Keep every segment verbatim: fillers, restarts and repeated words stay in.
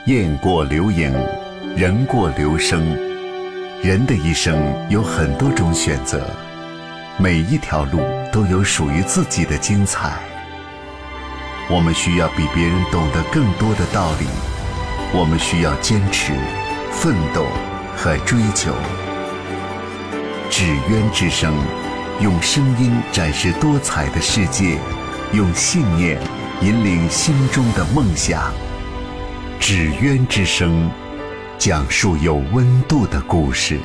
雁过留影，人过留声。人的一生有很多种选择，每一条路都有属于自己的精彩。我们需要比别人懂得更多的道理，我们需要坚持、奋斗和追求。纸鸢之声，用声音展示多彩的世界，用信念引领心中的梦想。纸鸢之声，讲述有温度的故事。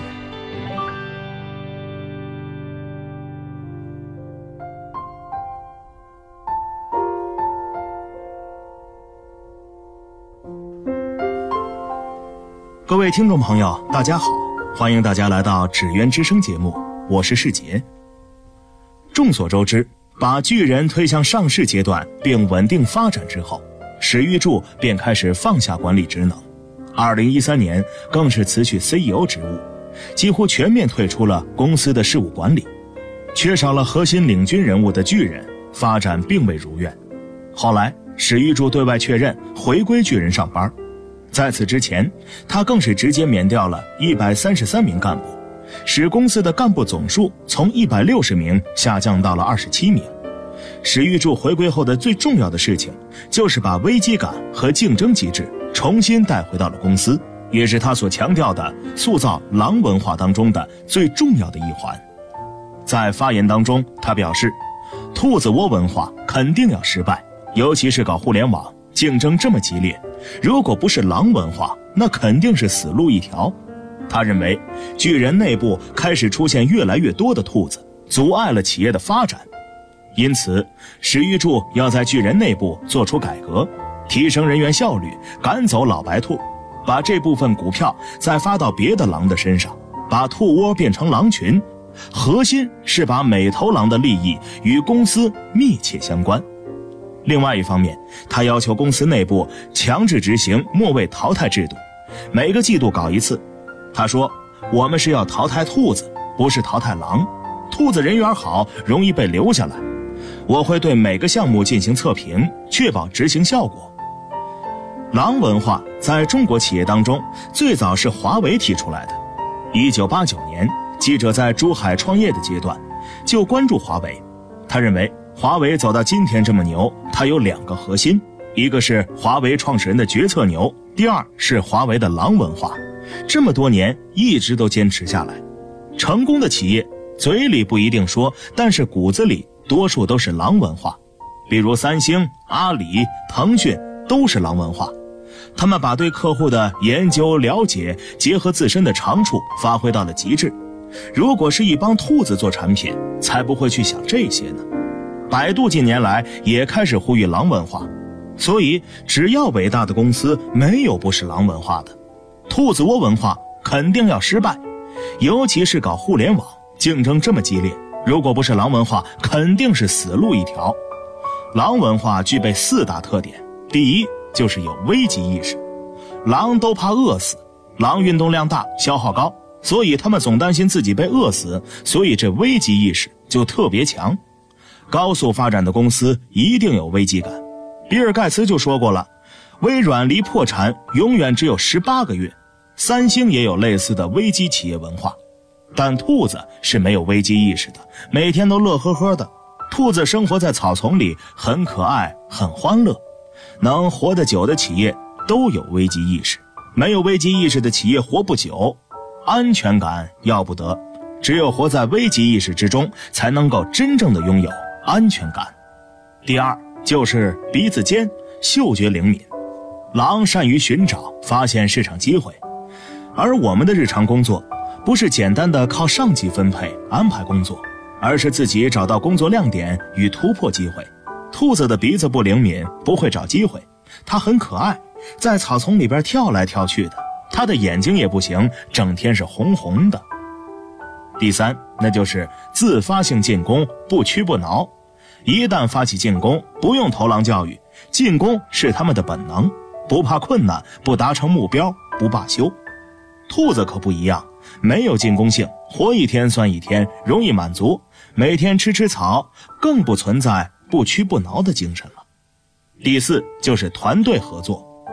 各位听众朋友，大家好，欢迎大家来到纸鸢之声节目，我是世杰。众所周知，把巨人推向上市阶段并稳定发展之后，史玉柱便开始放下管理职能。二零一三年更是辞去 C E O 职务，几乎全面退出了公司的事务管理。缺少了核心领军人物的巨人发展并未如愿。后来史玉柱对外确认回归巨人上班，在此之前他更是直接免掉了一百三十三名干部，使公司的干部总数从一百六十名下降到了二十七名。史玉柱回归后的最重要的事情，就是把危机感和竞争机制重新带回到了公司，也是他所强调的塑造狼文化当中的最重要的一环。在发言当中，他表示，兔子窝文化肯定要失败，尤其是搞互联网，竞争这么激烈，如果不是狼文化，那肯定是死路一条。他认为，巨人内部开始出现越来越多的兔子，阻碍了企业的发展。因此，史玉柱要在巨人内部做出改革，提升人员效率，赶走老白兔，把这部分股票再发到别的狼的身上，把兔窝变成狼群。核心是把每头狼的利益与公司密切相关。另外一方面，他要求公司内部强制执行末位淘汰制度，每个季度搞一次。他说，我们是要淘汰兔子，不是淘汰狼。兔子人缘好，容易被留下来。我会对每个项目进行测评，确保执行效果。狼文化在中国企业当中最早是华为提出来的。一九八九年，记者在珠海创业的阶段就关注华为。他认为华为走到今天这么牛，它有两个核心，一个是华为创始人的决策牛，第二是华为的狼文化，这么多年一直都坚持下来。成功的企业嘴里不一定说，但是骨子里多数都是狼文化。比如三星、阿里、腾讯都是狼文化，他们把对客户的研究了解结合自身的长处发挥到了极致。如果是一帮兔子做产品，才不会去想这些呢。百度近年来也开始呼吁狼文化，所以只要伟大的公司，没有不是狼文化的。兔子窝文化肯定要失败，尤其是搞互联网，竞争这么激烈，如果不是狼文化，肯定是死路一条。狼文化具备四大特点，第一就是有危机意识，狼都怕饿死，狼运动量大，消耗高，所以他们总担心自己被饿死，所以这危机意识就特别强。高速发展的公司一定有危机感，比尔盖茨就说过了，微软离破产永远只有十八个月，三星也有类似的危机企业文化。但兔子是没有危机意识的，每天都乐呵呵的。兔子生活在草丛里，很可爱，很欢乐。能活得久的企业都有危机意识，没有危机意识的企业活不久。安全感要不得，只有活在危机意识之中，才能够真正的拥有安全感。第二就是鼻子尖，嗅觉灵敏。狼善于寻找发现市场机会，而我们的日常工作不是简单的靠上级分配安排工作，而是自己找到工作亮点与突破机会。兔子的鼻子不灵敏，不会找机会，它很可爱，在草丛里边跳来跳去的，它的眼睛也不行，整天是红红的。第三，那就是自发性进攻，不屈不挠。一旦发起进攻，不用头狼教育，进攻是他们的本能，不怕困难，不达成目标，不罢休。兔子可不一样，没有进攻性，活一天算一天，容易满足，每天吃吃草，更不存在不屈不挠的精神了。第四就是团队合作，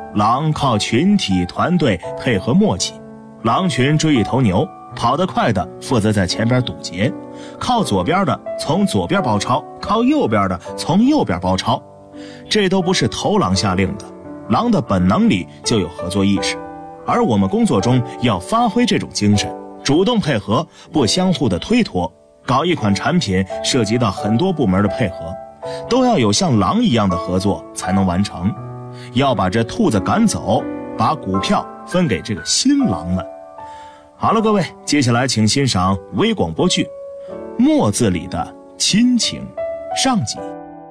狼靠群体团队配合默契，狼群追一头牛，跑得快的负责在前边堵截，靠左边的从左边包抄，靠右边的从右边包抄。这都不是头狼下令的，狼的本能里就有合作意识，而我们工作中要发挥这种精神，主动配合，不相互的推脱。搞一款产品涉及到很多部门的配合，都要有像狼一样的合作才能完成。要把这兔子赶走，把股票分给这个新狼们。好了，各位，接下来请欣赏微广播剧《墨字里的亲情》上集。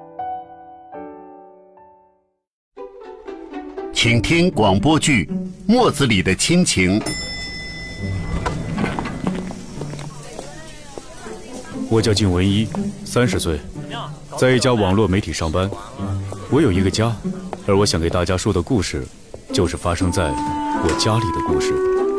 请听广播剧《墨子里的亲情》。 我叫靳文一，三十岁，在一家网络媒体上班。我有一个家，而我想给大家说的故事，就是发生在我家里的故事。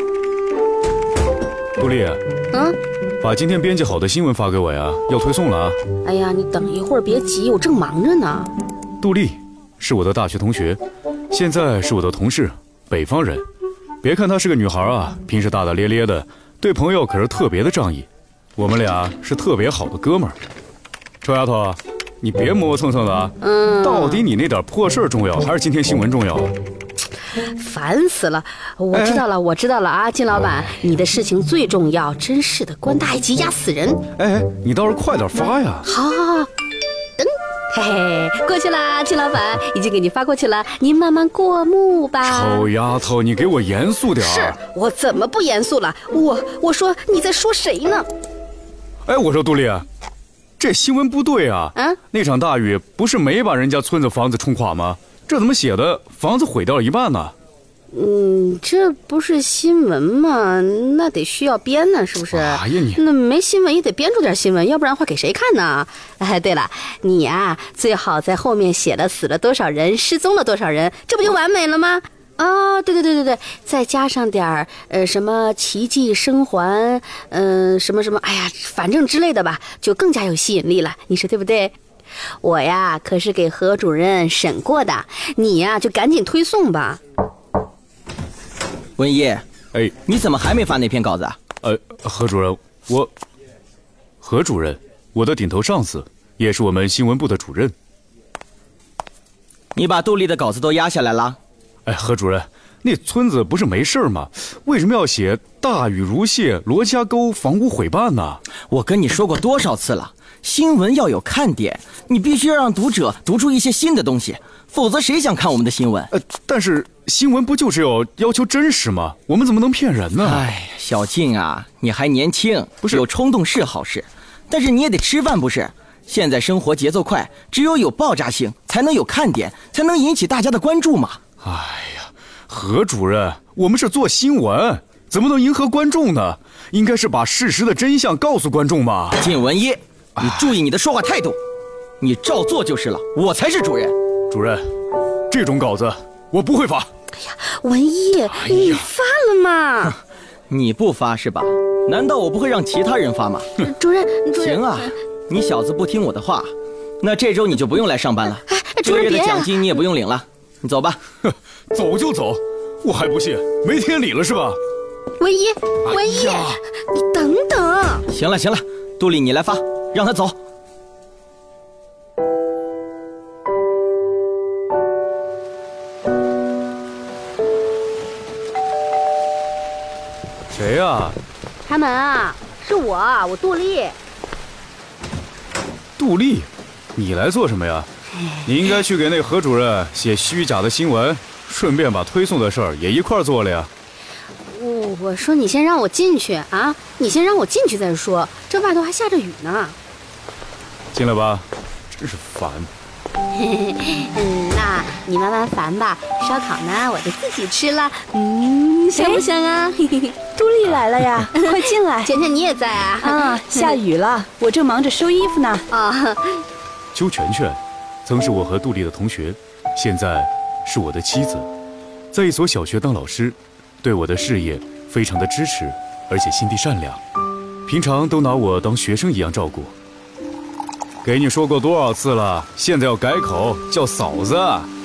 杜丽， 嗯， 把今天编辑好的新闻发给我呀，要推送了啊。 哎呀，你等一会儿，别急，我正忙着呢。 杜丽是我的大学同学，现在是我的同事，北方人。别看她是个女孩啊，平时大大咧咧的，对朋友可是特别的仗义。我们俩是特别好的哥们儿。臭丫头，你别磨磨蹭蹭的啊！嗯，到底你那点破事儿重要，还是今天新闻重要啊？ 烦死了！我知道了，哎、我知道了啊，靳老板，哎、你的事情最重要，真是的，官大一级压死人！ 哎，你倒是快点发呀！ 好，好，好，等，嘿嘿，过去啦，靳老板已经给你发过去了，您慢慢过目吧。 臭丫头，你给我严肃点儿！ 是我怎么不严肃了？我我说你在说谁呢？ 哎，我说杜丽，这新闻不对啊！啊，那场大雨不是没把人家村子房子冲垮吗？这怎么写的房子毁掉了一半呢？ 嗯，这不是新闻吗？那得需要编呢，是不是？ 哎呀你， 那没新闻也得编出点新闻，要不然的话给谁看呢？哎，对了，你啊最好在后面写了死了多少人，失踪了多少人，这不就完美了吗？哦，对对对对对，再加上点儿呃什么奇迹生还，嗯、呃、什么什么，哎呀，反正之类的吧，就更加有吸引力了。你说对不对？我呀可是给何主任审过的，你呀就赶紧推送吧。 文一， 哎， 你怎么还没发那篇稿子啊？ 呃，何主任，我何主任，我的顶头上司，也是我们新闻部的主任。 你把杜丽的稿子都压下来了？ 哎，何主任，那村子不是没事吗？为什么要写大雨如泻，罗家沟房屋毁半呢？ 我跟你说过多少次了，新闻要有看点，你必须要让读者读出一些新的东西，否则谁想看我们的新闻？ 呃，但是新闻不就是要要求真实吗？我们怎么能骗人呢？ 哎，小靳啊，你还年轻， 不是有冲动是好事，但是你也得吃饭不是？现在生活节奏快，只有有爆炸性，才能有看点，才能引起大家的关注嘛。 哎呀，何主任，我们是做新闻，怎么能迎合观众呢？应该是把事实的真相告诉观众嘛。 靳文一，你注意你的说话态度，你照做就是了，我才是主任。 主任，这种稿子我不会发。 哎呀，文一，哎、你发了吗？ 你不发是吧？难道我不会让其他人发吗？ 主任，主任， 行啊，你小子不听我的话，那这周你就不用来上班了。 哎，主任， 这月的奖金你也不用领了。你走吧。 走就走，我还不信，没天理了是吧？ 文一，文一，哎、你等等。 行了行了，杜丽你来发，让他走。 谁呀、啊？ 开门啊！是我，我杜丽。 杜丽，你来做什么呀？你应该去给那何主任写虚假的新闻，顺便把推送的事儿也一块做了呀。 我我说你先让我进去啊！你先让我进去再说，这外头还下着雨呢。 进来吧，真是烦。 嗯，那你慢慢烦吧。烧烤呢，我就自己吃了。嗯，香不香啊？ 杜丽来了呀，快进来。 甜甜你也在啊？ 啊，下雨了，我正忙着收衣服呢。 啊， 邱全全曾是我和杜丽的同学，现在是我的妻子，在一所小学当老师，对我的事业非常的支持，而且心地善良，平常都拿我当学生一样照顾。给你说过多少次了，现在要改口叫嫂子。 嗯，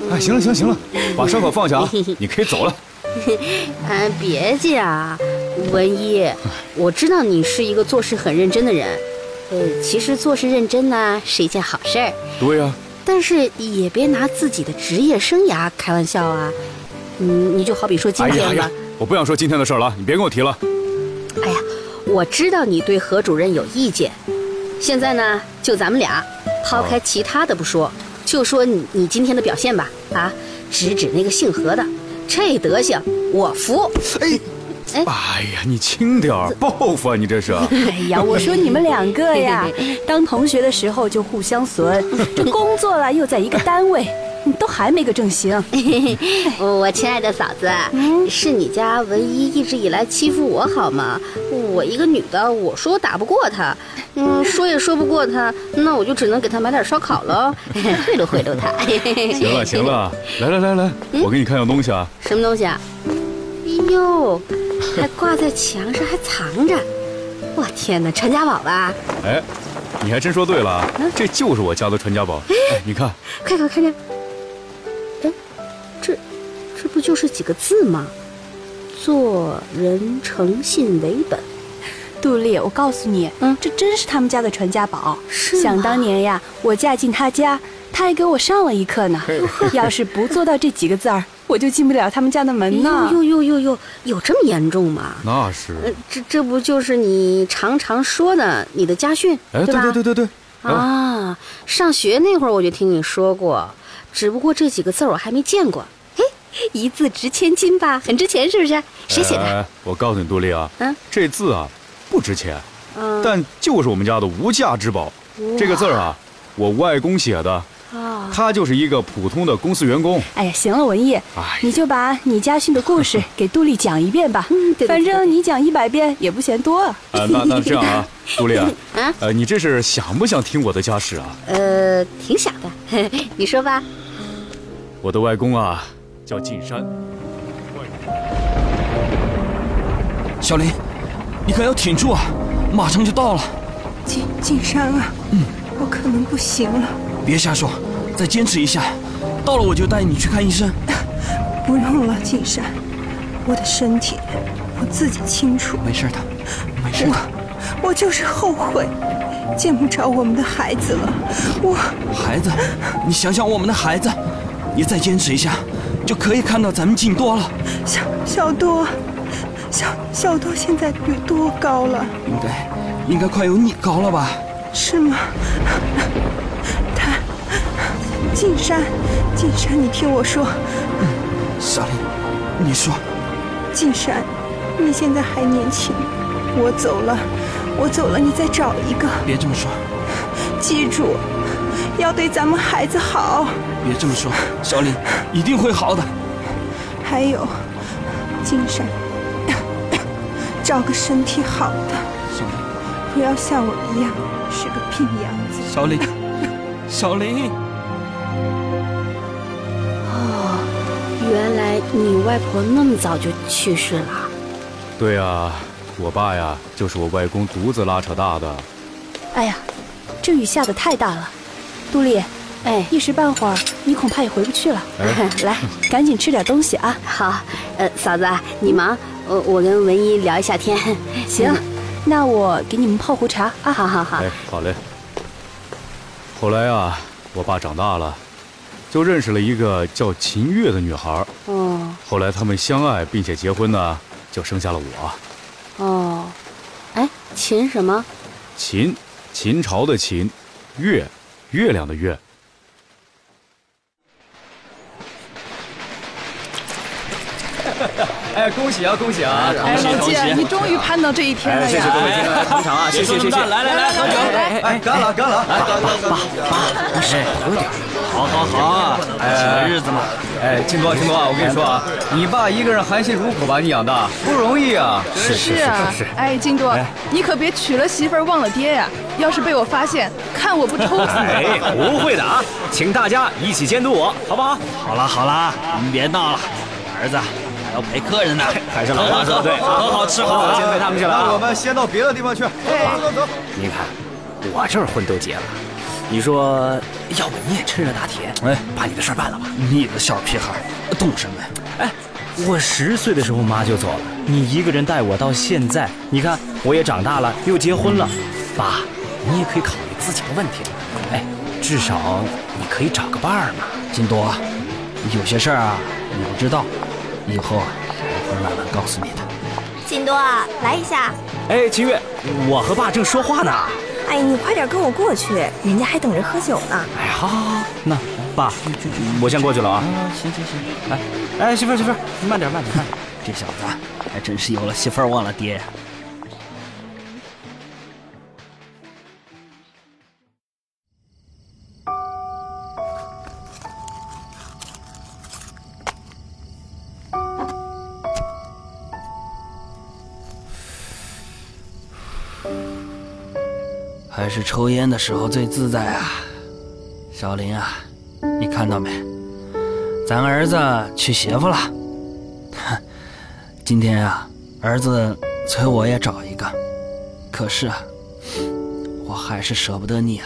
哎，行了行了行了，把烧烤放下啊，你可以走了。 嗯，别介啊，文一，我知道你是一个做事很认真的人。呃，其实做事认真呢是一件好事儿。 对呀、啊。 但是也别拿自己的职业生涯开玩笑啊。嗯，你就好比说今天吧。 哎呀哎呀，我不想说今天的事了，你别跟我提了。 哎呀，我知道你对何主任有意见。现在呢，就咱们俩，抛开其他的不说，哦、就说你你今天的表现吧。啊，直指那个姓何的，这德行我服。 哎。哎呀，你轻点儿，报复啊！你这是。 哎呀，我说你们两个呀，当同学的时候就互相损，这工作了又在一个单位，你都还没个正形。 我亲爱的嫂子，嗯、是你家文一一直以来欺负我好吗？我一个女的，我说我打不过他，嗯，说也说不过他，那我就只能给他买点烧烤了，贿赂贿赂他。 行了行了，来来来来，嗯、我给你看样东西啊。 什么东西啊？哎呦！还挂在墙上，还藏着，我天哪，传家宝吧？ 哎，你还真说对了，嗯、这就是我家的传家宝。哎，你看， 快快看见，哎，这这不就是几个字吗？做人诚信为本。 杜丽，我告诉你，嗯，这真是他们家的传家宝。是想当年呀，我嫁进他家，他还给我上了一课呢。要是不做到这几个字儿，我就进不了他们家的门呢。 呦呦呦呦，有这么严重吗？ 那是。 呃、这这不就是你常常说的你的家训， 哎， 对吧？ 对对对对对。啊，上学那会儿我就听你说过，只不过这几个字我还没见过。哎，一字值千金吧，很值钱，是不是？谁写的？ 哎，我告诉你，杜丽啊，嗯，这字啊不值钱， 嗯，但就是我们家的无价之宝。这个字啊，我外公写的。啊，他就是一个普通的公司员工。 哎呀，行了，文艺，哎，你就把你家训的故事给杜丽讲一遍吧。嗯，对，反正你讲一百遍也不嫌多。 啊，那那这样啊，杜丽啊，啊，呃，你这是想不想听我的家史啊？ 呃，挺想的，你说吧。 我的外公啊，叫进山。 小林，你可要挺住啊，马上就到了。 进进山啊，嗯，我可能不行了。 别瞎说，再坚持一下，到了我就带你去看医生。 不用了，金山，我的身体我自己清楚。 没事的，没事的。 我我就是后悔见不着我们的孩子了。我孩子，你想想我们的孩子，你再坚持一下，就可以看到咱们进多了。 小小多，小小多现在有多高了？ 应该应该快有你高了吧？ 是吗？进山，进山，你听我说。 嗯，小林，你说。 进山，你现在还年轻，我走了，我走了，你再找一个。 别这么说。 记住，要对咱们孩子好。 别这么说，小林，一定会好的。 还有，进山，找个身体好的。 小林， 不要像我一样是个病秧子。 小林，小林。 原来你外婆那么早就去世了。 对啊，我爸呀，就是我外公独自拉扯大的。 哎呀，这雨下得太大了，杜丽，哎，一时半会儿你恐怕也回不去了。哎、来，赶紧吃点东西啊。 好，呃，嫂子你忙，我我跟文一聊一下天。 行，嗯、那我给你们泡壶茶啊。 好好好。 哎，好嘞。后来啊，我爸长大了。就认识了一个叫秦月的女孩，哦，后来他们相爱并且结婚呢，就生下了我。 哦，哎，秦什么？ 秦，秦朝的秦，月，月亮的月。 哎，恭喜啊，恭喜啊！ 哎，老季，你终于盼到这一天了呀！ 谢谢各位进来捧场啊！谢谢谢谢！来来来，喝酒！哎，干了干了！来，爸爸爸，是喝点。好好好，哎，日子嘛。哎，金多金多啊，我跟你说啊，你爸一个人含辛茹苦把你养大，不容易啊！ 是是啊，哎，金多，你可别娶了媳妇忘了爹呀！要是被我发现，看我不抽死你！ 哎，不会的啊，请大家一起监督我，好不好？ 好了好了，您别闹了，儿子。还要陪客人呢， 还是老话说的对，喝好吃好，先陪他们去了。 那我们先到别的地方去。走走走走。 您看，我这儿婚都结了， 你说，要不你也趁热打铁， 哎， 把你的事办了吧？ 你的小屁孩，动什么呀？ 哎，我十岁的时候妈就走了，你一个人带我到现在，你看我也长大了，又结婚了，爸，你也可以考虑自己的问题。哎，至少你可以找个伴儿嘛。 金多，有些事儿啊，你不知道，以后啊，我会慢慢告诉你的。 金多，来一下。 哎，秦月，我和爸正说话呢。 哎，你快点跟我过去，人家还等着喝酒呢。 哎，好好好，那爸，我先过去了啊。 啊，行行行， 哎哎，媳妇儿媳妇儿，慢点慢点慢点。 这小子还真是有了媳妇儿忘了爹呀。还是抽烟的时候最自在啊，小林啊，你看到没？咱儿子娶媳妇了。今天啊，儿子催我也找一个，可是啊，我还是舍不得你啊。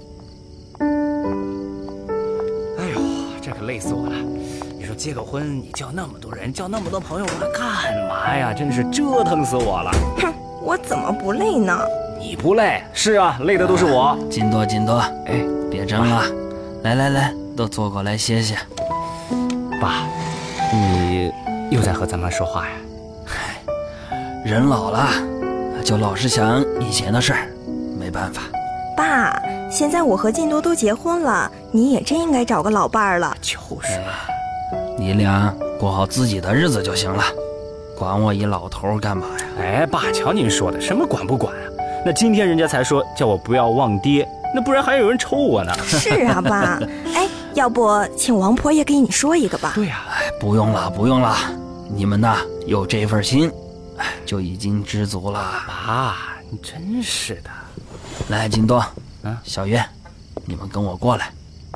哎呦，这可累死我了！你说结个婚，你叫那么多人，叫那么多朋友过来干嘛呀？真是折腾死我了！ 哼，我怎么不累呢？ 你不累？是啊，累的都是我。 金多，金多，哎，别争了，来来来，都坐过来歇歇。 爸，你又在和咱妈说话呀？ 嗨，人老了，就老是想以前的事儿，没办法。 爸，现在我和金多都结婚了，你也真应该找个老伴儿了。 就是， 你俩过好自己的日子就行了，管我一老头干嘛呀？ 哎，爸，瞧您说的，什么管不管啊？那今天人家才说叫我不要忘爹，那不然还有人抽我呢。 是啊，爸。哎，要不请王婆也给你说一个吧？ 对呀、啊， 哎，不用了，不用了，你们呐有这份心，哎，就已经知足了。 爸，你真是的。 来，金多， 嗯， 小月，你们跟我过来。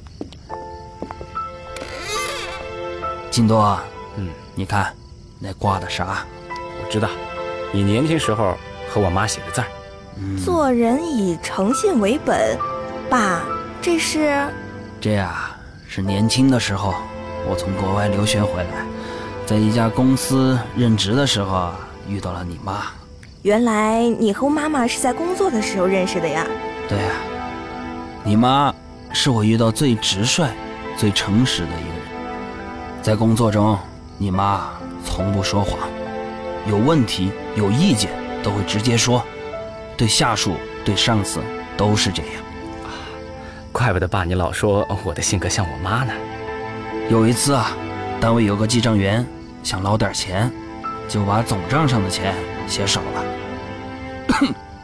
金多， 嗯， 你看那挂的啥？ 我知道，你年轻时候和我妈写的字儿。 做人以诚信为本，爸，这是？ 这呀是年轻的时候，我从国外留学回来，在一家公司任职的时候遇到了你妈。 原来你和妈妈是在工作的时候认识的呀？ 对呀，你妈是我遇到最直率、最诚实的一个人。在工作中，你妈从不说谎，有问题、有意见都会直接说。对下属、对上司都是这样， 怪不得爸你老说我的性格像我妈呢。 有一次啊，单位有个记账员想捞点钱，就把总账上的钱写少了。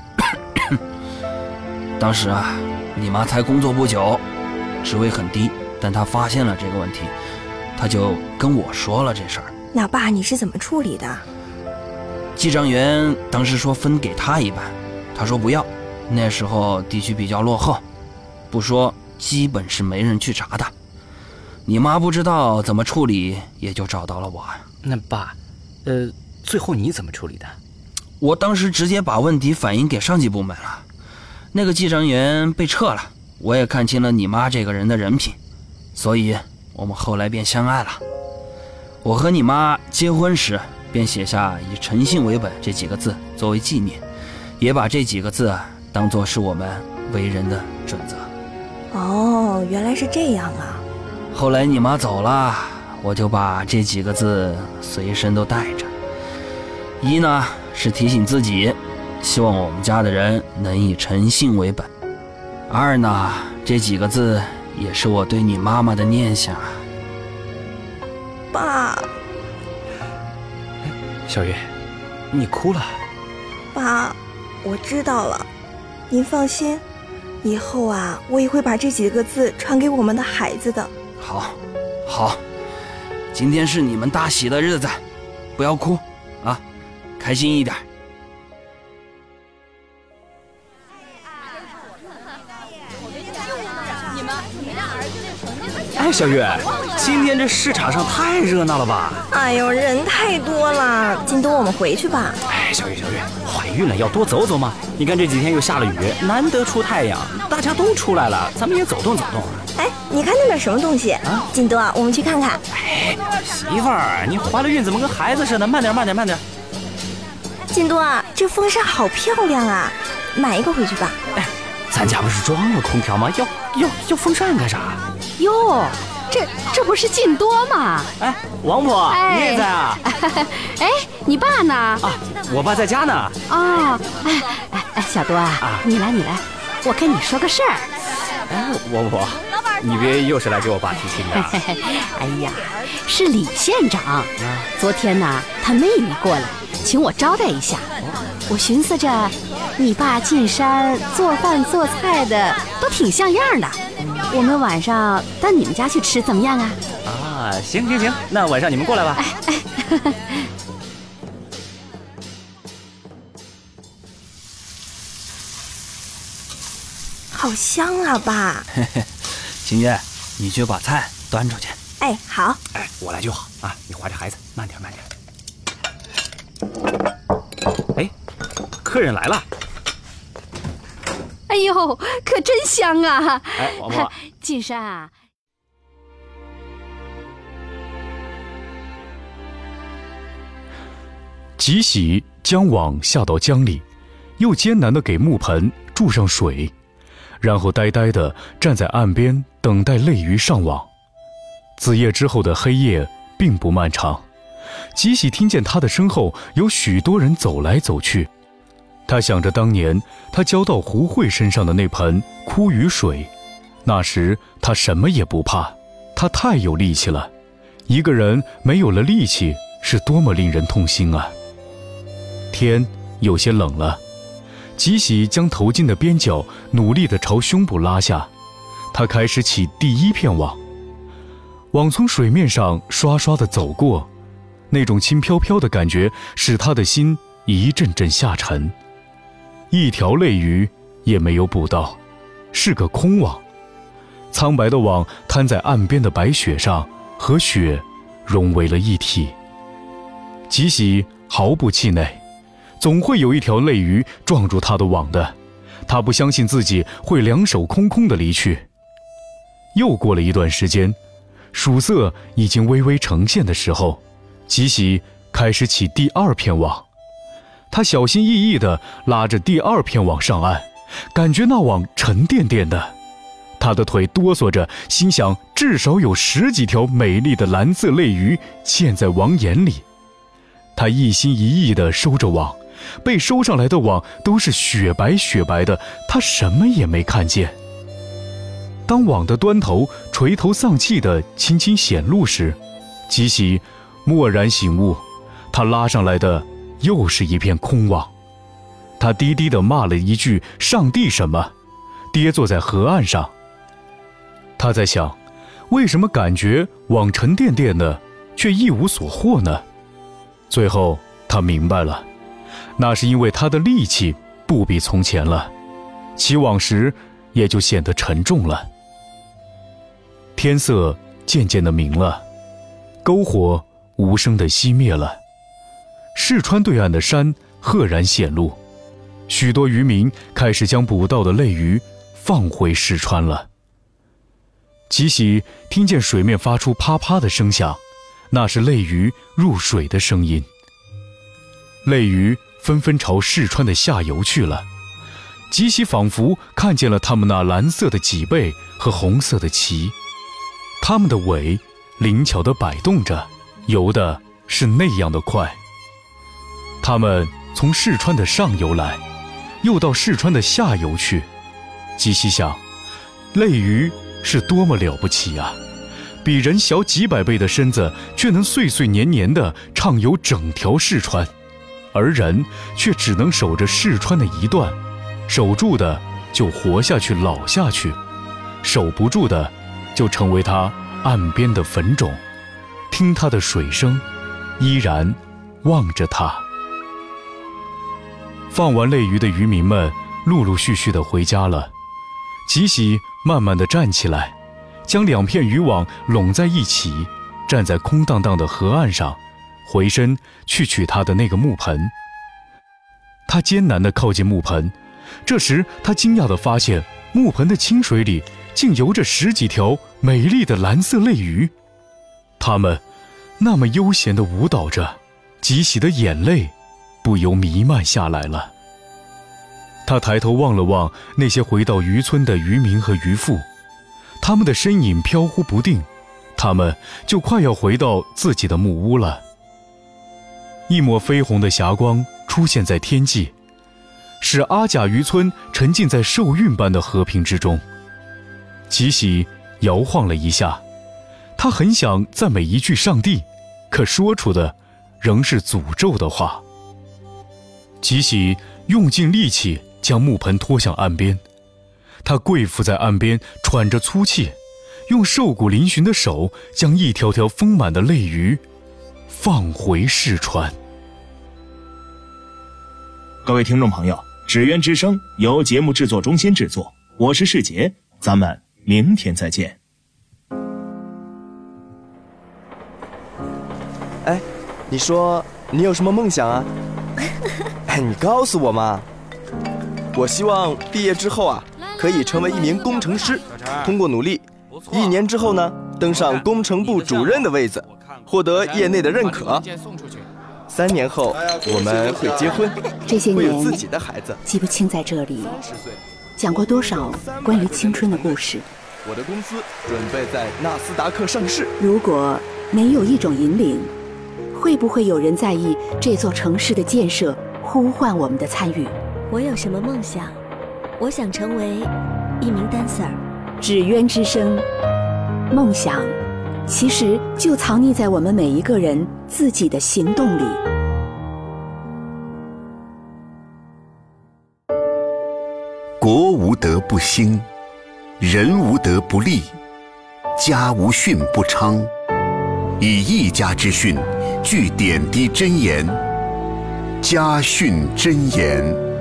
当时啊，你妈才工作不久，职位很低，但她发现了这个问题，她就跟我说了这事儿。 那爸你是怎么处理的？ 记账员当时说分给他一半。他说不要，那时候地区比较落后，不说基本是没人去查的。你妈不知道怎么处理，也就找到了我。 那爸，呃，最后你怎么处理的？ 我当时直接把问题反映给上级部门了，那个记账员被撤了。我也看清了你妈这个人的人品，所以我们后来便相爱了。我和你妈结婚时便写下以诚信为本这几个字作为纪念，也把这几个字当作是我们为人的准则。 哦，原来是这样啊。 后来你妈走了，我就把这几个字随身都带着。一呢是提醒自己，希望我们家的人能以诚信为本。二呢，这几个字也是我对你妈妈的念想。 爸。 小月，你哭了。 爸，我知道了，您放心，以后啊，我也会把这几个字传给我们的孩子的。 好，好，今天是你们大喜的日子，不要哭啊，开心一点。 哎，小月， 今天这市场上太热闹了吧？ 哎呦，人太多了，金多，我们回去吧。 哎，小月，小月，怀孕了要多走走嘛。你看这几天又下了雨，难得出太阳，大家都出来了，咱们也走动走动。 哎，你看那边什么东西啊？金多，我们去看看。 哎，媳妇儿，你怀了孕怎么跟孩子似的？慢点，慢点，慢点。 金多，这风扇好漂亮啊，买一个回去吧。 哎，咱家不是装了空调吗？要要要风扇干啥？ 哟，这这不是靳多吗？ 哎，王婆，哎、你也在啊？ 哎，你爸呢？ 啊，我爸在家呢。 哦，哎哎哎，小多啊，啊你来你来，我跟你说个事儿。 哎，王婆，你别又是来给我爸提亲的。 哎呀，是李县长，啊、昨天呢，他妹妹过来，请我招待一下。我寻思着，你爸进山做饭做菜的都挺像样的，我们晚上到你们家去吃怎么样啊？ 啊，行行行，那晚上你们过来吧。哎哎好香啊，爸！ 秦月，你去把菜端出去。 哎，好。 哎，我来就好啊！你怀着孩子，慢点慢点。哎，客人来了。 哎呦，可真香啊！ 哎，王婆， 进山啊！ 吉喜将网下到江里，又艰难地给木盆注上水，然后呆呆地站在岸边等待类鱼上网。子夜之后的黑夜并不漫长，吉喜听见他的身后有许多人走来走去。他想着当年他浇到胡慧身上的那盆枯鱼水，那时他什么也不怕，他太有力气了。一个人没有了力气，是多么令人痛心啊！天有些冷了，吉喜将头巾的边角努力地朝胸部拉下，他开始起第一片网。网从水面上刷刷地走过，那种轻飘飘的感觉使他的心一阵阵下沉。一条类鱼也没有捕到，是个空网。苍白的网摊在岸边的白雪上，和雪融为了一体。吉喜毫不气馁，总会有一条类鱼撞住他的网的，他不相信自己会两手空空地离去。又过了一段时间，曙色已经微微呈现的时候，吉喜开始起第二片网。他小心翼翼地拉着第二片网上岸，感觉那网沉甸甸的，他的腿哆嗦着，心想至少有十几条美丽的蓝色类鱼嵌在网眼里。他一心一意地收着网，被收上来的网都是雪白雪白的，他什么也没看见。当网的端头垂头丧气地轻轻显露时，吉喜蓦然醒悟，他拉上来的又是一片空网。他低低地骂了一句上帝什么，跌坐在河岸上。他在想，为什么感觉网沉甸甸的，却一无所获呢？最后他明白了，那是因为他的力气不比从前了，起网时也就显得沉重了。天色渐渐地明了，篝火无声地熄灭了，市川对岸的山赫然显露，许多渔民开始将捕到的类鱼放回市川了。吉喜听见水面发出啪啪的声响，那是类鱼入水的声音。类鱼纷纷朝市川的下游去了，吉喜仿佛看见了它们那蓝色的脊背和红色的鳍，它们的尾灵巧地摆动着，游的是那样的快。它们从市川的上游来，又到市川的下游去。吉喜想，类鱼是多么了不起啊！比人小几百倍的身子，却能岁岁年年地畅游整条市川，而人却只能守着市川的一段，守住的就活下去老下去，守不住的就成为它岸边的粉种，听它的水声，依然望着它。放完类鱼的渔民们陆陆续续地回家了，吉喜慢慢地站起来， 将两片渔网拢在一起，站在空荡荡的河岸上，回身去取他的那个木盆。他艰难地靠近木盆，这时他惊讶地发现木盆的清水里竟游着十几条美丽的蓝色泪鱼，它们那么悠闲地舞蹈着，吉喜的眼泪不由弥漫下来了。他抬头望了望那些回到渔村的渔民和渔妇，他们的身影飘忽不定，他们就快要回到自己的木屋了。一抹绯红的霞光出现在天际，使阿甲渔村沉浸在受孕般的和平之中。吉喜摇晃了一下，他很想赞美一句上帝，可说出的仍是诅咒的话。吉喜用尽力气将木盆拖向岸边，他跪伏在岸边，喘着粗气，用瘦骨嶙峋的手将一条条丰满的泪鱼放回世川。 各位听众朋友，纸鸢之声由节目制作中心制作，我是世杰，咱们明天再见。 哎，你说你有什么梦想啊？哎，你告诉我嘛。我希望毕业之后啊，可以成为一名工程师，通过努力，一年之后呢，登上工程部主任的位子，获得业内的认可。三年后我们会结婚， 这些年会有自己的孩子。 记不清在这里讲过多少关于青春的故事。 我的公司准备在纳斯达克上市。 如果没有一种引领，会不会有人在意这座城市的建设呼唤我们的参与？ 我有什么梦想？我想成为一名 dancer。 纸鸢之声，梦想其实就藏匿在我们每一个人自己的行动里。 国无德不兴，人无德不立，家无训不昌。以一家之训，具点滴真言，家训真言。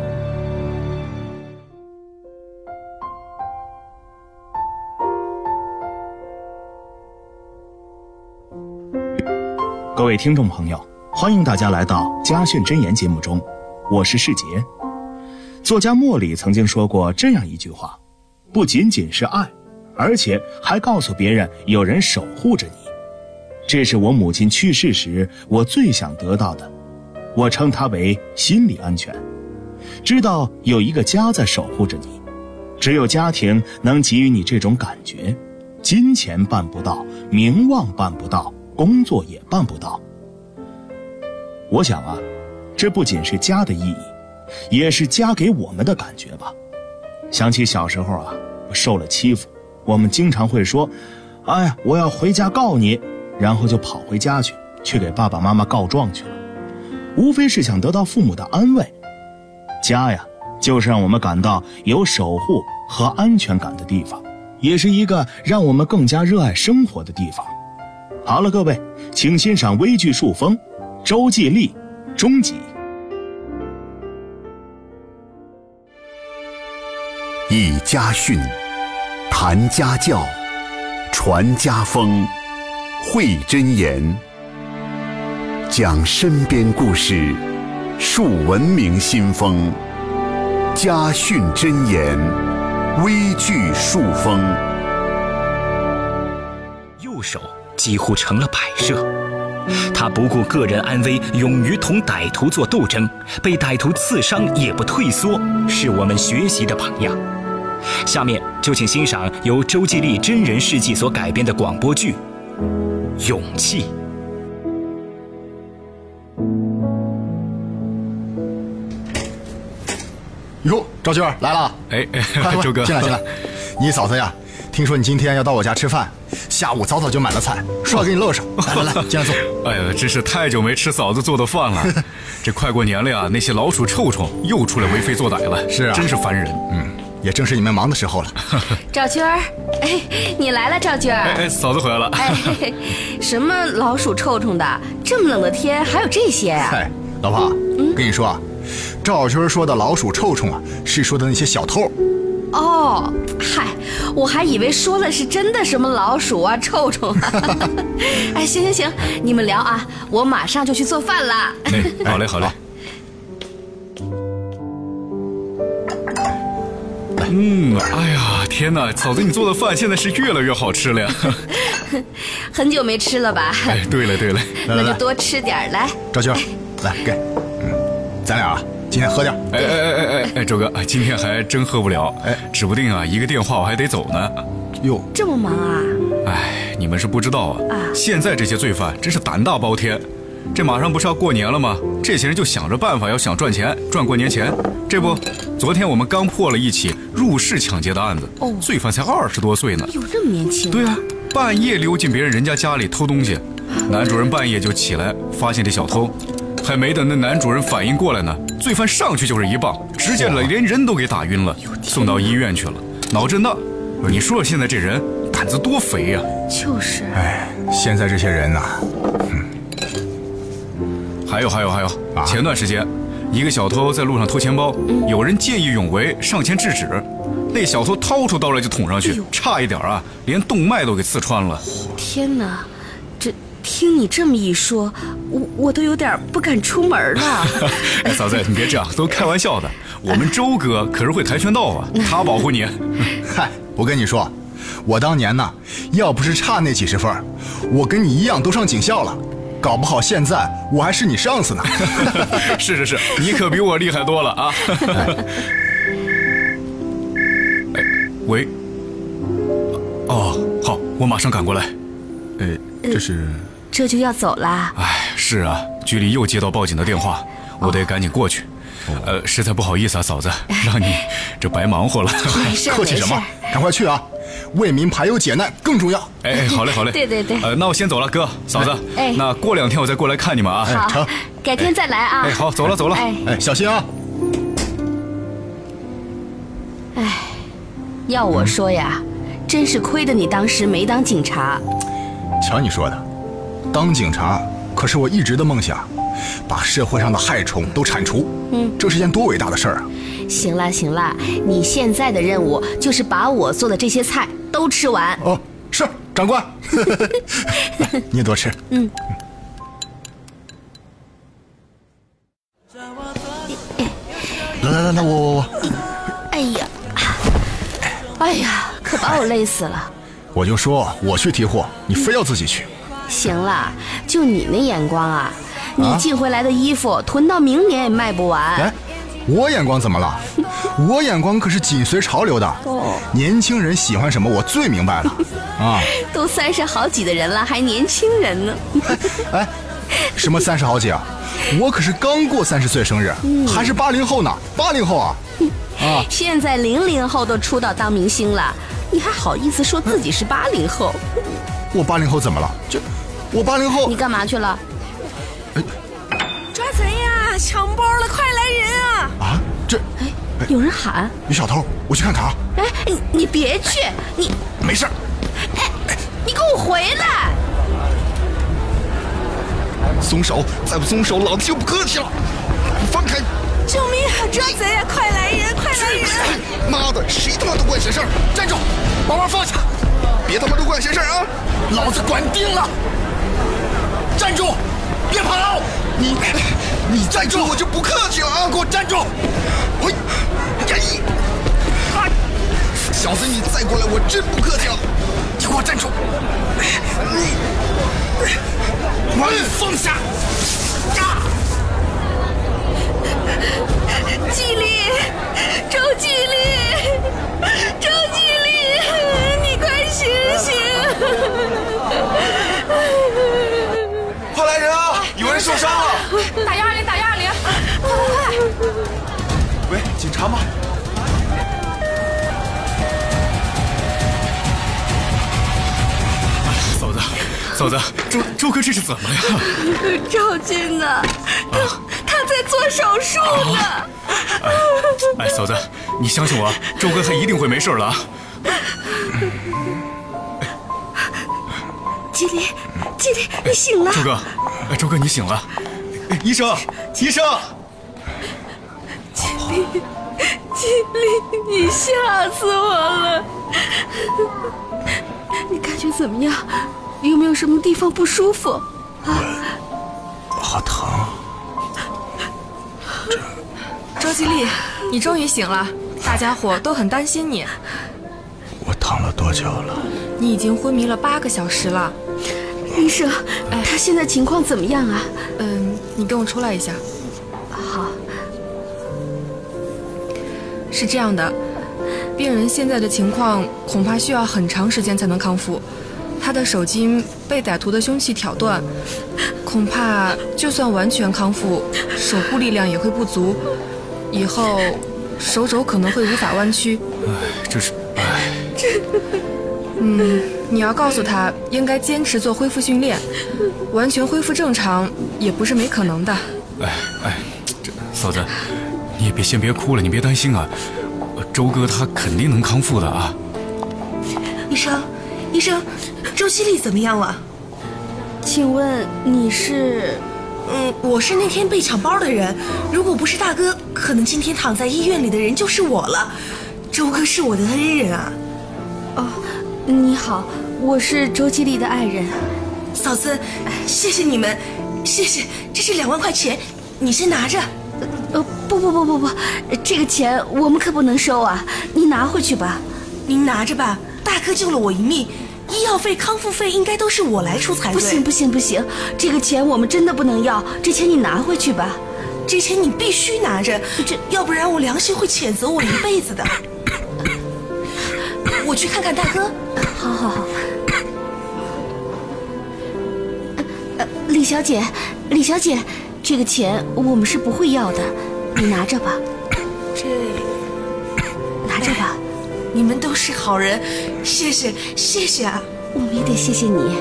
各位听众朋友，欢迎大家来到家训真言节目中，我是世杰。作家莫里曾经说过这样一句话，不仅仅是爱，而且还告诉别人有人守护着你。这是我母亲去世时我最想得到的，我称它为心理安全，知道有一个家在守护着你。只有家庭能给予你这种感觉，金钱办不到，名望办不到，工作也办不到。我想啊，这不仅是家的意义，也是家给我们的感觉吧。想起小时候啊，受了欺负，我们经常会说，哎呀，我要回家告你，然后就跑回家去，去给爸爸妈妈告状去了。无非是想得到父母的安慰。家呀，就是让我们感到有守护和安全感的地方，也是一个让我们更加热爱生活的地方。好了，各位，请欣赏微剧《树风》，周继立，终极。 以家训，谈家教，传家风，绘真言，讲身边故事，树文明新风。家训真言，微剧树风。 右手几乎成了摆设，他不顾个人安危，勇于同歹徒做斗争，被歹徒刺伤也不退缩，是我们学习的榜样。下面就请欣赏由周继立真人事迹所改编的广播剧《勇气》。 哟，赵军来了！ 哎， 快周哥， 进来进来。你嫂子呀，听说你今天要到我家吃饭，下午早早就买了菜，说要给你乐上。来来来，进来坐。 哎呀，真是太久没吃嫂子做的饭了。这快过年了呀，那些老鼠臭虫又出来为非作歹了。 是啊， 真是烦人。 嗯，也正是你们忙的时候了。 赵军儿，哎，你来了，赵军儿。 哎哎，嫂子回来了。 哎，什么老鼠臭虫的？这么冷的天还有这些呀？ 嗨，老婆，嗯、跟你说啊。赵军说的老鼠臭虫啊，是说的那些小偷， 哦，嗨，我还以为说的是真的什么老鼠啊、臭虫啊。哎，行行行，你们聊啊，我马上就去做饭了。 哎，好嘞好嘞。嗯，哎呀，天哪，嫂子，你做的饭现在是越来越好吃了呀。 很久没吃了吧？ 哎，对了对了， 那就多吃点来。 赵军，来给，嗯，咱俩啊，今天喝点。 哎哎哎哎哎哎，周哥，今天还真喝不了，哎，指不定啊，一个电话我还得走呢。 哟， 这么忙啊？ 哎，你们是不知道啊，啊现在这些罪犯真是胆大包天。这马上不是要过年了吗？这些人就想着办法要想赚钱，赚过年钱。这不，昨天我们刚破了一起入室抢劫的案子，哦，罪犯才二十多岁呢。 有这么年轻？ 对啊，半夜溜进别人人家家里偷东西，男主人半夜就起来发现这小偷，还没等那男主人反应过来呢，罪犯上去就是一棒，直接连人都给打晕了，送到医院去了，脑震荡。你说现在这人胆子多肥呀！ 就是。 哎，现在这些人呐，嗯。 还有还有还有，啊、前段时间，一个小偷在路上偷钱包，嗯、有人见义勇为上前制止，那小偷掏出刀来就捅上去，哎、差一点啊，连动脉都给刺穿了。 天哪，这听你这么一说，我我都有点不敢出门了。 哎，嫂子，你别这样，都开玩笑的。我们周哥可是会跆拳道啊，他保护你。 嗨，我跟你说，我当年呢，要不是差那几十分，我跟你一样都上警校了。搞不好现在我还是你上司呢。 是是是，你可比我厉害多了啊。哎，喂。哦，好，我马上赶过来。 呃，这是…… 这就要走啦？ 哎，是啊，局里又接到报警的电话，我得赶紧过去。哦、呃，实在不好意思啊，嫂子，让你这白忙活了。 没事， 客气什么？赶快去啊！为民排忧解难更重要。 哎，好嘞，好嘞。 对对对。 呃，那我先走了，哥，嫂子。哎，那过两天我再过来看你们啊。 好，成，改天再来啊。 哎，好，走了走了。 哎，哎，小心啊。 哎，要我说呀，真是亏得你当时没当警察。 瞧你说的，当警察可是我一直的梦想，把社会上的害虫都铲除。嗯，这是件多伟大的事儿啊！ 行了行了，你现在的任务就是把我做的这些菜都吃完。 哦，是，长官。你也多吃。嗯。来来来来，我我我。 哎呀，哎呀，可把我累死了。 我就说我去提货，你非要自己去。 行了，就你那眼光啊，你寄回来的衣服囤到明年也卖不完。 哎，我眼光怎么了？我眼光可是紧随潮流的。哦，年轻人喜欢什么，我最明白了。啊， 都三十好几的人了，还年轻人呢。 哎，什么三十好几啊？我可是刚过三十岁生日，嗯、还是八零后呢。八零后啊！ 啊，现在零零后都出道当明星了，你还好意思说自己是八零后？ 我八零后怎么了？这，我八零后。 你干嘛去了？ 哎，抓贼呀！抢包了，快来人啊！ 啊，这， 哎，有人喊。 有小偷，我去看看啊。 哎，你你别去，你没事。 哎，你给我回来！ 松手，再不松手，老子就不客气了。放开！ 救命啊！抓贼呀！快来人，快来人！ 妈的，谁他妈都管闲事儿！站住，把娃放下！别他妈都管闲事儿啊！老子管定了！站住，别跑！你你站住，我就不客气了啊！给我站住！喂，哎，小子，你再过来，我真不客气了！你给我站住！你，把你放下！呀！ 季丽，周季丽，周季丽，你快醒醒！ 快来人啊！有人受伤了！ 打幺二零，打幺二零，快快快！ 喂，警察吗？ 嫂子，嫂子，周周哥这是怎么了呀？ 赵军呢？他他在做手术呢。 哎, 哎，嫂子，你相信我，周哥他一定会没事了啊。 季丽，季丽，你醒了。 周哥，哎，周哥你醒了。哎，医生，医生。 季丽， 季丽，你吓死我了！ 你感觉怎么样？有没有什么地方不舒服？啊， 好疼。 周季丽，你终于醒了，大家伙都很担心你。 我躺了多久了？ 你已经昏迷了八个小时了。 医生，哎，他现在情况怎么样啊？ 嗯，你跟我出来一下。 好。 是这样的，病人现在的情况恐怕需要很长时间才能康复。他的手筋被歹徒的凶器挑断，恐怕就算完全康复，手部力量也会不足，以后手肘可能会无法弯曲。 哎，这是哎。 嗯，你要告诉他应该坚持做恢复训练，完全恢复正常也不是没可能的。 哎哎，这嫂子，你也别先别哭了，你别担心啊，周哥他肯定能康复的啊。 医生，医生，周希丽怎么样了？ 请问你是？ 嗯，我是那天被抢包的人。如果不是大哥，可能今天躺在医院里的人就是我了。周哥是我的恩人啊。 哦，你好，我是周季丽的爱人。 嫂子，谢谢你们，谢谢，这是两万块钱，你先拿着。 呃，不不不不不，这个钱我们可不能收啊，你拿回去吧。 您拿着吧，大哥救了我一命，医药费、康复费应该都是我来出才对。 不行不行不行，这个钱我们真的不能要，这钱你拿回去吧。 这钱你必须拿着，这要不然我良心会谴责我一辈子的。我去看看大哥。 好好好。呃，李小姐，李小姐，这个钱我们是不会要的，你拿着吧。 这， 拿着吧。 你们都是好人，谢谢谢谢啊！ 我们也得谢谢你。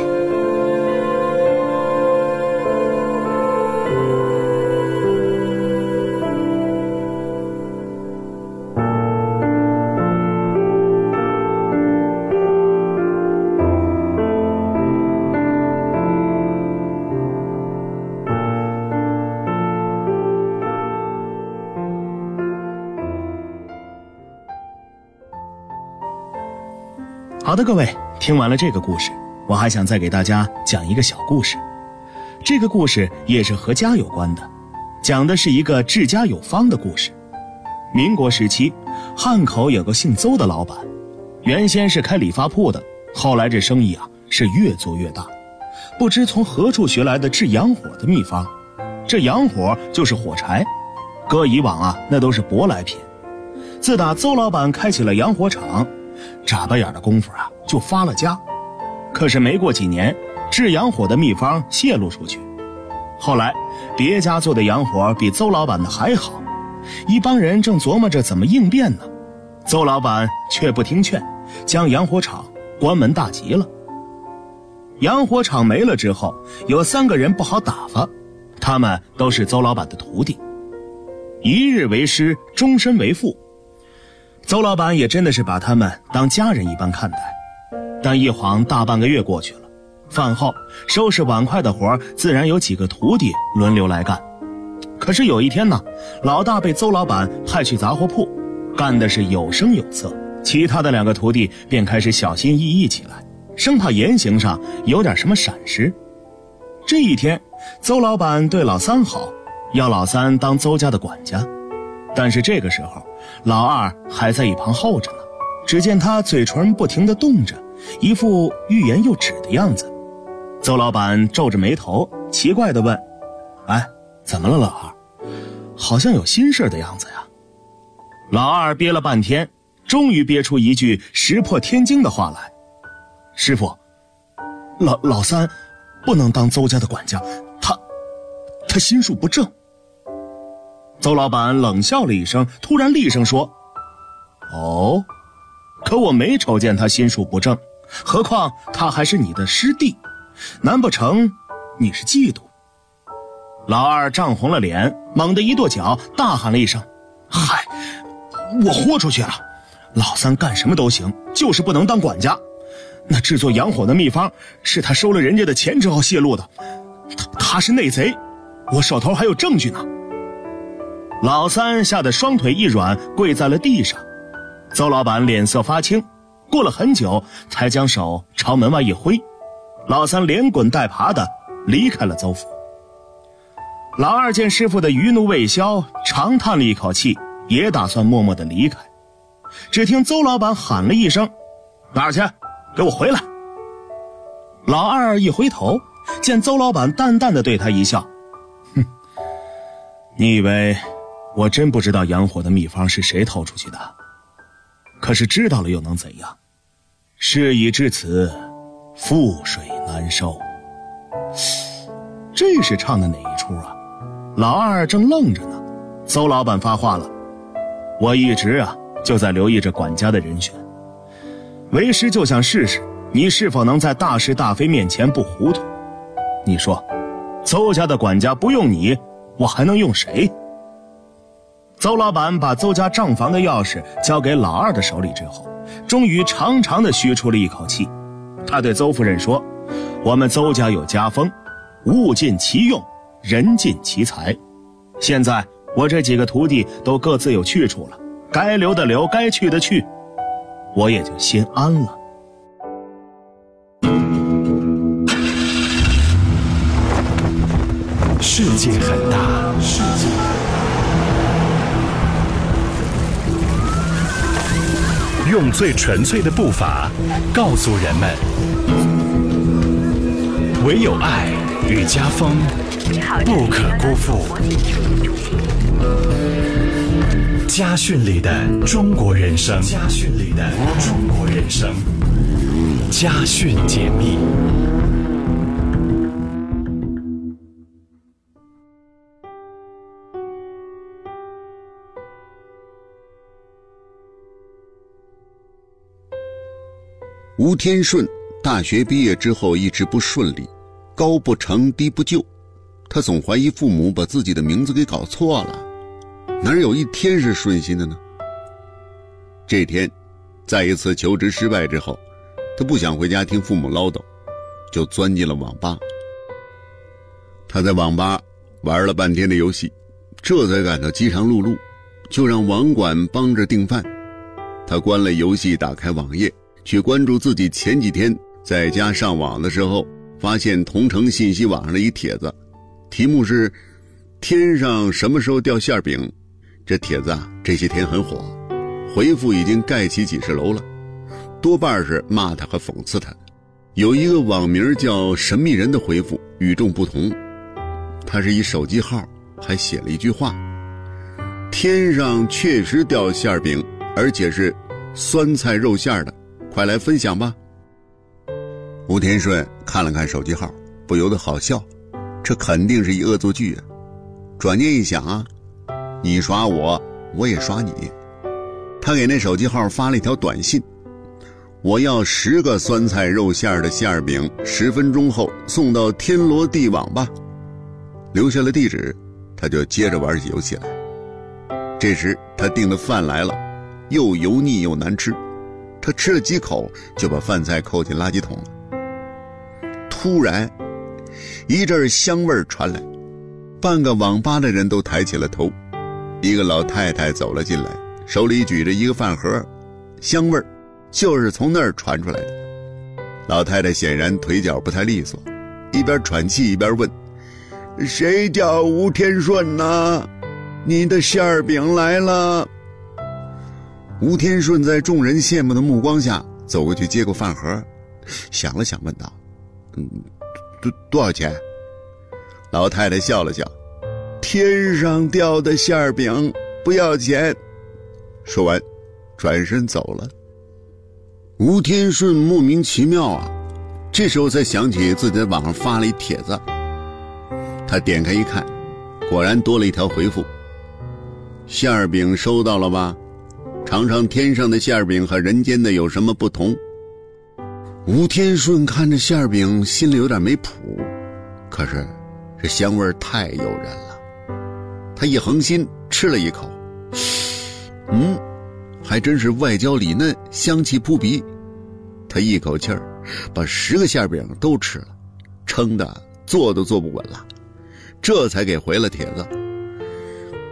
好的，各位，听完了这个故事，我还想再给大家讲一个小故事。这个故事也是和家有关的，讲的是一个治家有方的故事。民国时期，汉口有个姓邹的老板，原先是开理发铺的，后来这生意啊是越做越大，不知从何处学来的治洋火的秘方。这洋火就是火柴，搁以往啊那都是舶来品。自打邹老板开起了洋火厂，眨巴眼的功夫啊就发了家。可是没过几年，制洋火的秘方泄露出去，后来别家做的洋火比邹老板的还好，一帮人正琢磨着怎么应变呢，邹老板却不听劝，将洋火厂关门大吉了。洋火厂没了之后，有三个人不好打发，他们都是邹老板的徒弟，一日为师，终身为父。邹老板也真的是把他们当家人一般看待。但一晃大半个月过去了，饭后收拾碗筷的活自然有几个徒弟轮流来干。可是有一天呢，老大被邹老板派去杂货铺，干的是有声有色，其他的两个徒弟便开始小心翼翼起来，生怕言行上有点什么闪失。这一天，邹老板对老三好，要老三当邹家的管家。但是这个时候，老二还在一旁候着呢，只见他嘴唇不停地动着，一副欲言又止的样子。邹老板皱着眉头，奇怪地问：哎，怎么了老二？好像有心事的样子呀。老二憋了半天，终于憋出一句石破天惊的话来：师傅，老老三不能当邹家的管家，他他心术不正。邹老板冷笑了一声，突然厉声说：哦，可我没瞅见他心术不正，何况他还是你的师弟，难不成你是嫉妒？老二涨红了脸，猛地一跺脚，大喊了一声：嗨，我豁出去了，老三干什么都行，就是不能当管家。那制作洋火的秘方是他收了人家的钱之后泄露的，他他是内贼，我手头还有证据呢。 老三吓得双腿一软，跪在了地上。邹老板脸色发青，过了很久才将手朝门外一挥。老三连滚带爬的离开了邹府。老二见师傅的余怒未消，长叹了一口气，也打算默默的离开。只听邹老板喊了一声：“哪儿去？给我回来！”老二一回头，见邹老板淡淡的对他一笑：“哼，你以为我真不知道养火的秘方是谁偷出去的？可是知道了又能怎样？事已至此，覆水难收。”这是唱的哪一出啊？老二正愣着呢，邹老板发话了：“我一直啊就在留意着管家的人选，为师就想试试你是否能在大是大非面前不糊涂。你说，邹家的管家不用你，我还能用谁？”邹老板把邹家账房的钥匙交给老二的手里之后，终于长长的吁出了一口气。他对邹夫人说：“我们邹家有家风，物尽其用，人尽其才。现在我这几个徒弟都各自有去处了，该留的留，该去的去，我也就心安了。” 世界很大，世界很大，用最纯粹的步伐告诉人们，唯有爱与家风不可辜负。家训里的中国人生，家训里的中国人生，家训解密。 吴天顺大学毕业之后一直不顺利，高不成低不就，他总怀疑父母把自己的名字给搞错了，哪有一天是顺心的呢？这天，在一次求职失败之后，他不想回家听父母唠叨，就钻进了网吧。他在网吧玩了半天的游戏，这才感到饥肠辘辘，就让网管帮着订饭。他关了游戏，打开网页，去关注自己前几天在家上网的时候发现同城信息网上的一帖子，题目是天上什么时候掉馅饼。这帖子啊这些天很火，回复已经盖起几十楼了，多半是骂他和讽刺他。有一个网名叫神秘人的回复与众不同，他是以手机号还写了一句话：天上确实掉馅饼，而且是酸菜肉馅的，快来分享吧。吴天顺看了看手机号，不由得好笑，这肯定是一恶作剧啊。转念一想啊，你耍我，我也耍你。他给那手机号发了一条短信：我要十个酸菜肉馅的馅饼，十分钟后送到天罗地网吧。留下了地址，他就接着玩起游戏来。这时他订的饭来了，又油腻又难吃，他吃了几口就把饭菜扣进垃圾桶了。突然一阵香味传来，半个网吧的人都抬起了头。一个老太太走了进来，手里举着一个饭盒，香味就是从那儿传出来的。老太太显然腿脚不太利索，一边喘气一边问：谁叫吴天顺呢？你的馅儿饼来了。吴天顺在众人羡慕的目光下走过去接过饭盒，想了想问道：嗯，多多少钱？老太太笑了笑：天上掉的馅儿饼，不要钱。说完转身走了。吴天顺莫名其妙啊，这时候才想起自己在网上发了一帖子。他点开一看，果然多了一条回复：馅儿饼收到了吧？尝尝天上的馅儿饼和人间的有什么不同。吴天顺看着馅儿饼心里有点没谱，可是这香味太诱人了，他一横心吃了一口，嗯，还真是外焦里嫩，香气扑鼻。他一口气儿把十个馅饼都吃了，撑得坐都坐不稳了，这才给回了帖子。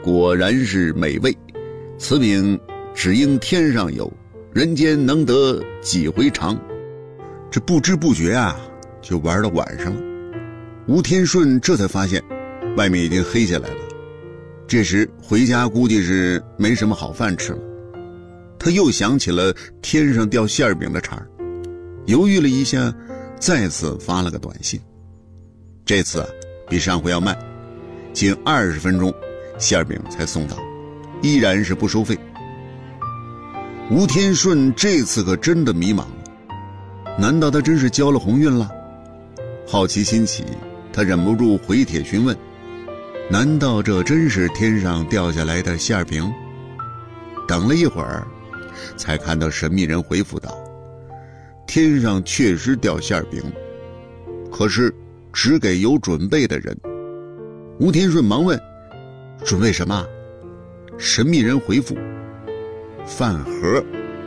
果然是美味。此饼只应天上有，人间能得几回尝。这不知不觉啊，就玩到晚上了。吴天顺这才发现，外面已经黑下来了。这时回家估计是没什么好饭吃了。他又想起了天上掉馅饼的茬儿，犹豫了一下，再次发了个短信。这次啊，比上回要慢，仅二十分钟，馅饼才送到，依然是不收费。吴天顺这次可真的迷茫了，难道他真是交了鸿运了？好奇心起，他忍不住回帖询问，难道这真是天上掉下来的馅饼？等了一会儿，才看到神秘人回复道，天上确实掉馅饼，可是只给有准备的人。吴天顺忙问，准备什么？神秘人回复，饭盒。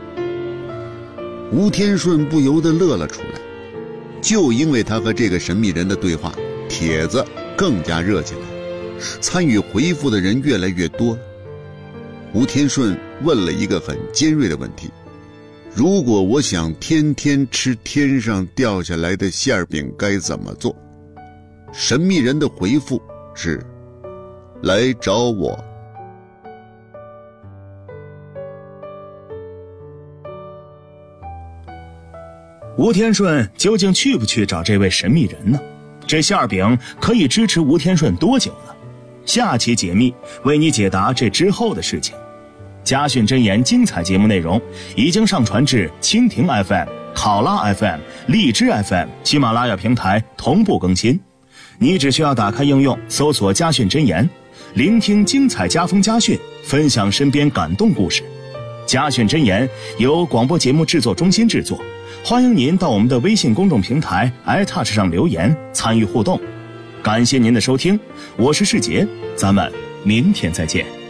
吴天顺不由得乐了出来，就因为他和这个神秘人的对话，帖子更加热起来，参与回复的人越来越多。吴天顺问了一个很尖锐的问题，如果我想天天吃天上掉下来的馅饼该怎么做？神秘人的回复是，来找我。 吴天顺究竟去不去找这位神秘人呢？这馅饼可以支持吴天顺多久呢？下期解密为你解答这之后的事情。家训真言精彩节目内容已经上传至蜻蜓 F M、考拉 F M、荔枝 F M、喜马拉雅平台同步更新。你只需要打开应用，搜索家训真言，聆听精彩家风家训，分享身边感动故事。家训真言由广播节目制作中心制作，欢迎您到我们的微信公众平台 iTouch 上留言参与互动。感谢您的收听，我是世杰，咱们明天再见。